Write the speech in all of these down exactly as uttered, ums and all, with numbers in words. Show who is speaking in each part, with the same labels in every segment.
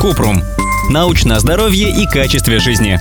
Speaker 1: Купрум. Научное здоровье и качестве жизни.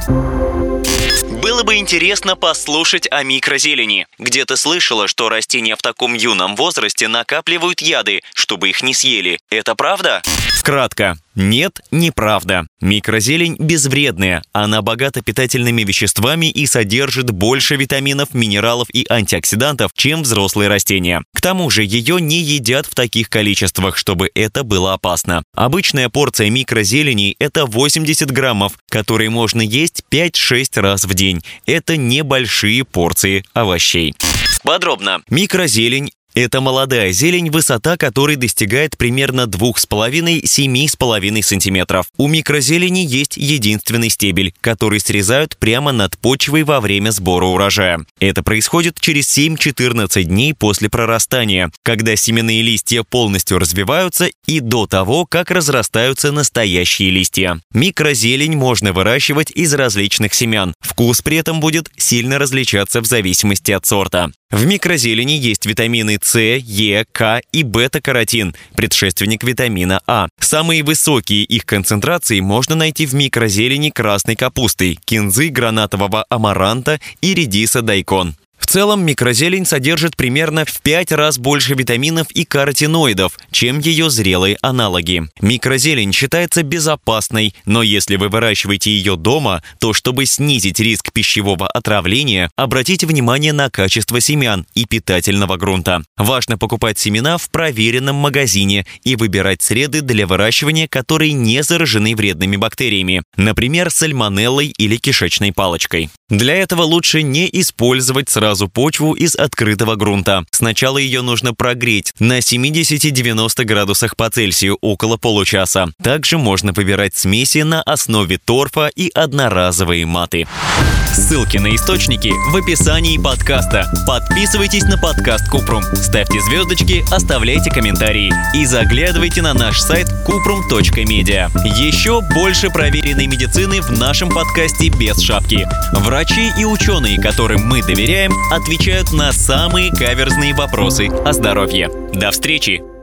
Speaker 2: Было бы интересно послушать о микрозелени. Где-то слышала, что растения в таком юном возрасте накапливают яды, чтобы их не съели. Это правда?
Speaker 1: Кратко. Нет, неправда. Микрозелень безвредная. Она богата питательными веществами и содержит больше витаминов, минералов и антиоксидантов, чем взрослые растения. К тому же ее не едят в таких количествах, чтобы это было опасно. Обычная порция микрозелени – это восемьдесят граммов, которые можно есть пять-шесть раз в день. Это небольшие порции овощей.
Speaker 2: Подробно.
Speaker 1: Микрозелень – это молодая зелень, высота которой достигает примерно два с половиной - семь с половиной сантиметров. У микрозелени есть единственный стебель, который срезают прямо над почвой во время сбора урожая. Это происходит через семь-четырнадцать дней после прорастания, когда семенные листья полностью развиваются и до того, как разрастаются настоящие листья. Микрозелень можно выращивать из различных семян. Вкус при этом будет сильно различаться в зависимости от сорта. В микрозелени есть витамины С, Е, К и бета-каротин, предшественник витамина А. Самые высокие их концентрации можно найти в микрозелени красной капусты, кинзы, гранатового амаранта и редиса дайкон. В целом, микрозелень содержит примерно в пять раз больше витаминов и каротиноидов, чем ее зрелые аналоги. Микрозелень считается безопасной, но если вы выращиваете ее дома, то чтобы снизить риск пищевого отравления, обратите внимание на качество семян и питательного грунта. Важно покупать семена в проверенном магазине и выбирать среды для выращивания, которые не заражены вредными бактериями, например, сальмонеллой или кишечной палочкой. Для этого лучше не использовать сразу почву из открытого грунта. Сначала ее нужно прогреть на семьдесят-девяносто градусах по Цельсию около получаса. Также можно выбирать смеси на основе торфа и одноразовые маты.
Speaker 2: Ссылки на источники в описании подкаста. Подписывайтесь на подкаст Купрум, ставьте звездочки, оставляйте комментарии и заглядывайте на наш сайт купрум точка медиа. Еще больше проверенной медицины в нашем подкасте без шапки. Врачи и ученые, которым мы доверяем, отвечают на самые каверзные вопросы о здоровье. До встречи!